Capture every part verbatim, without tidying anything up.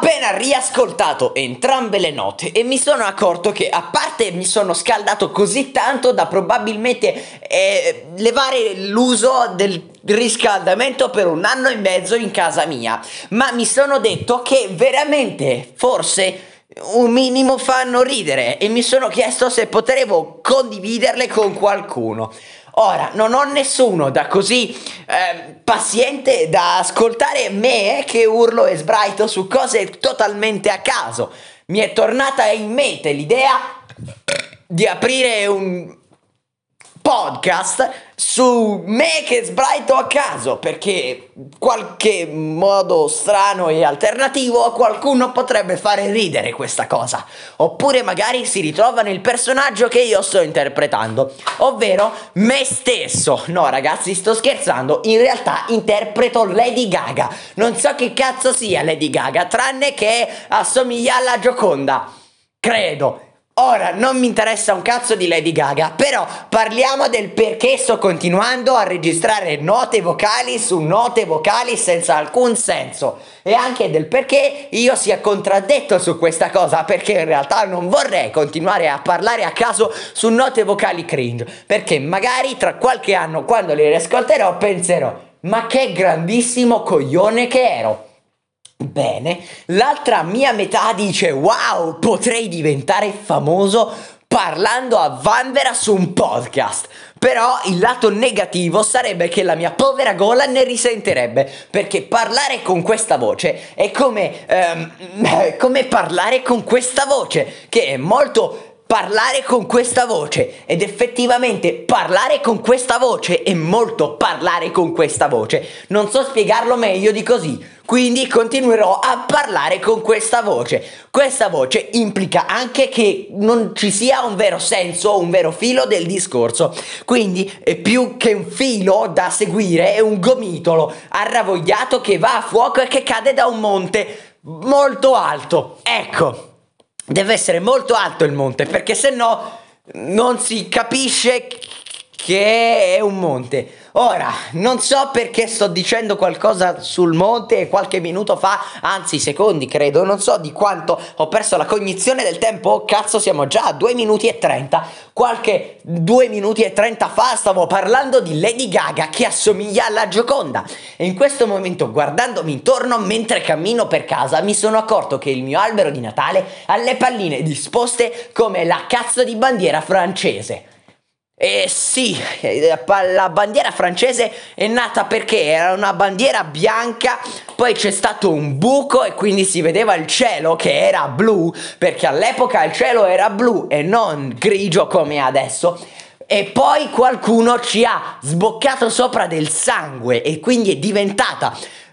appena riascoltato entrambe le note e mi sono accorto che, a parte mi sono scaldato così tanto da probabilmente eh, levare l'uso del riscaldamento per un anno e mezzo in casa mia, ma mi sono detto che veramente forse un minimo fanno ridere e mi sono chiesto se potevo condividerle con qualcuno. Ora, non ho nessuno da così eh, paziente da ascoltare me eh, che urlo e sbraito su cose totalmente a caso. Mi è tornata in mente l'idea di aprire un podcast su me che sbraito a caso, perché qualche modo strano e alternativo a qualcuno potrebbe fare ridere questa cosa, oppure magari si ritrova nel personaggio che io sto interpretando, ovvero me stesso. No ragazzi, sto scherzando, in realtà interpreto Lady Gaga. Non so che cazzo sia Lady Gaga, tranne che assomiglia alla Gioconda, credo. Ora, non mi interessa un cazzo di Lady Gaga, però parliamo del perché sto continuando a registrare note vocali su note vocali senza alcun senso, e anche del perché io sia contraddetto su questa cosa, perché in realtà non vorrei continuare a parlare a caso su note vocali cringe, perché magari tra qualche anno, quando le riascolterò, penserò: ma che grandissimo coglione che ero. Bene, l'altra mia metà dice: wow, potrei diventare famoso parlando a vanvera su un podcast. Però il lato negativo sarebbe che la mia povera gola ne risenterebbe, perché parlare con questa voce è come, ehm, come parlare con questa voce, che è molto parlare con questa voce, ed effettivamente parlare con questa voce è molto parlare con questa voce. Non so spiegarlo meglio di così, quindi continuerò a parlare con questa voce. Questa voce implica anche che non ci sia un vero senso, un vero filo del discorso, quindi è più che un filo da seguire, è un gomitolo arravogliato che va a fuoco e che cade da un monte molto alto. Ecco, deve essere molto alto il monte, perché se no non si capisce che è un monte. Ora, non so perché sto dicendo qualcosa sul monte e qualche minuto fa, anzi secondi credo, non so di quanto ho perso la cognizione del tempo. Oh, cazzo, siamo già a due minuti e trenta. Qualche due minuti e trenta fa stavo parlando di Lady Gaga che assomiglia alla Gioconda, e in questo momento, guardandomi intorno mentre cammino per casa, mi sono accorto che il mio albero di Natale ha le palline disposte come la cazzo di bandiera francese. E sì, la bandiera francese è nata perché era una bandiera bianca, poi c'è stato un buco e quindi si vedeva il cielo che era blu, perché all'epoca il cielo era blu e non grigio come adesso, e poi qualcuno ci ha sboccato sopra del sangue e quindi è diventata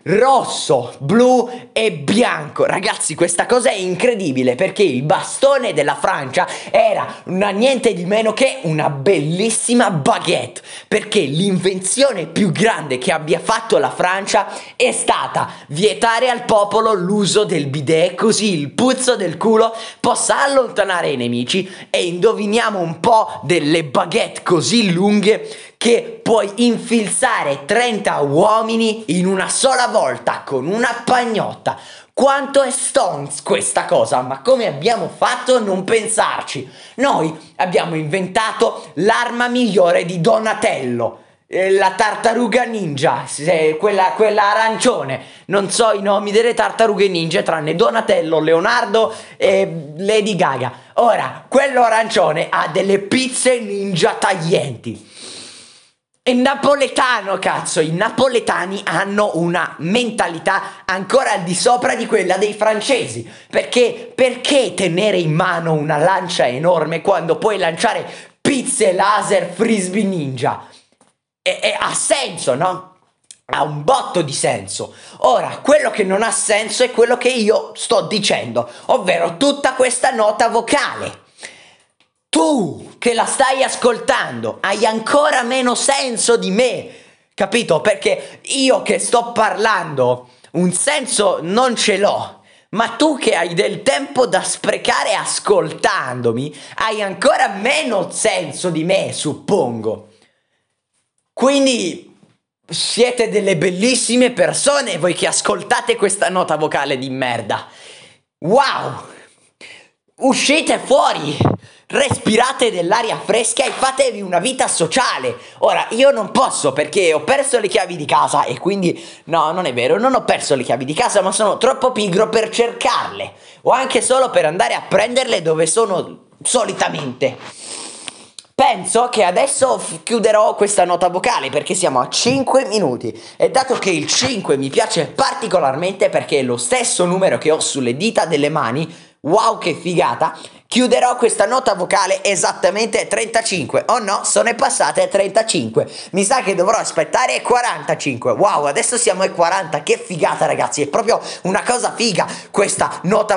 rosso, blu e bianco. Ragazzi, questa cosa è incredibile, perché il bastone della Francia era una niente di meno che una bellissima baguette, perché l'invenzione più grande che abbia fatto la Francia è stata vietare al popolo l'uso del bidet, così il puzzo del culo possa allontanare i nemici. E indoviniamo un po' delle baguette così lunghe che puoi infilzare trenta uomini in una sola volta con una pagnotta. Quanto è stones questa cosa, ma come abbiamo fatto a non pensarci? Noi abbiamo inventato l'arma migliore di Donatello, eh, la tartaruga ninja, se, quella, quella arancione. Non so i nomi delle tartarughe ninja tranne Donatello, Leonardo e Lady Gaga. Ora, quello arancione ha delle pizze ninja taglienti. È napoletano, cazzo, i napoletani hanno una mentalità ancora al di sopra di quella dei francesi, perché perché tenere in mano una lancia enorme quando puoi lanciare pizze laser frisbee ninja? E, e ha senso, no? Ha un botto di senso. Ora, quello che non ha senso è quello che io sto dicendo, ovvero tutta questa nota vocale. Tu che la stai ascoltando hai ancora meno senso di me, capito? Perché io che sto parlando un senso non ce l'ho, ma tu che hai del tempo da sprecare ascoltandomi hai ancora meno senso di me, suppongo. Quindi siete delle bellissime persone voi che ascoltate questa nota vocale di merda. Wow! Uscite fuori! Respirate dell'aria fresca e fatevi una vita sociale. Ora, io non posso perché ho perso le chiavi di casa e quindi... No, non è vero, non ho perso le chiavi di casa, ma sono troppo pigro per cercarle. O anche solo per andare a prenderle dove sono solitamente. Penso che adesso f- chiuderò questa nota vocale perché siamo a cinque minuti e dato che il cinque mi piace particolarmente perché è lo stesso numero che ho sulle dita delle mani, wow che figata, chiuderò questa nota vocale esattamente trentacinque. Oh no, sono passate trentacinque. Mi sa che dovrò aspettare quarantacinque. Wow, adesso siamo ai quaranta. Che figata ragazzi, è proprio una cosa figa questa nota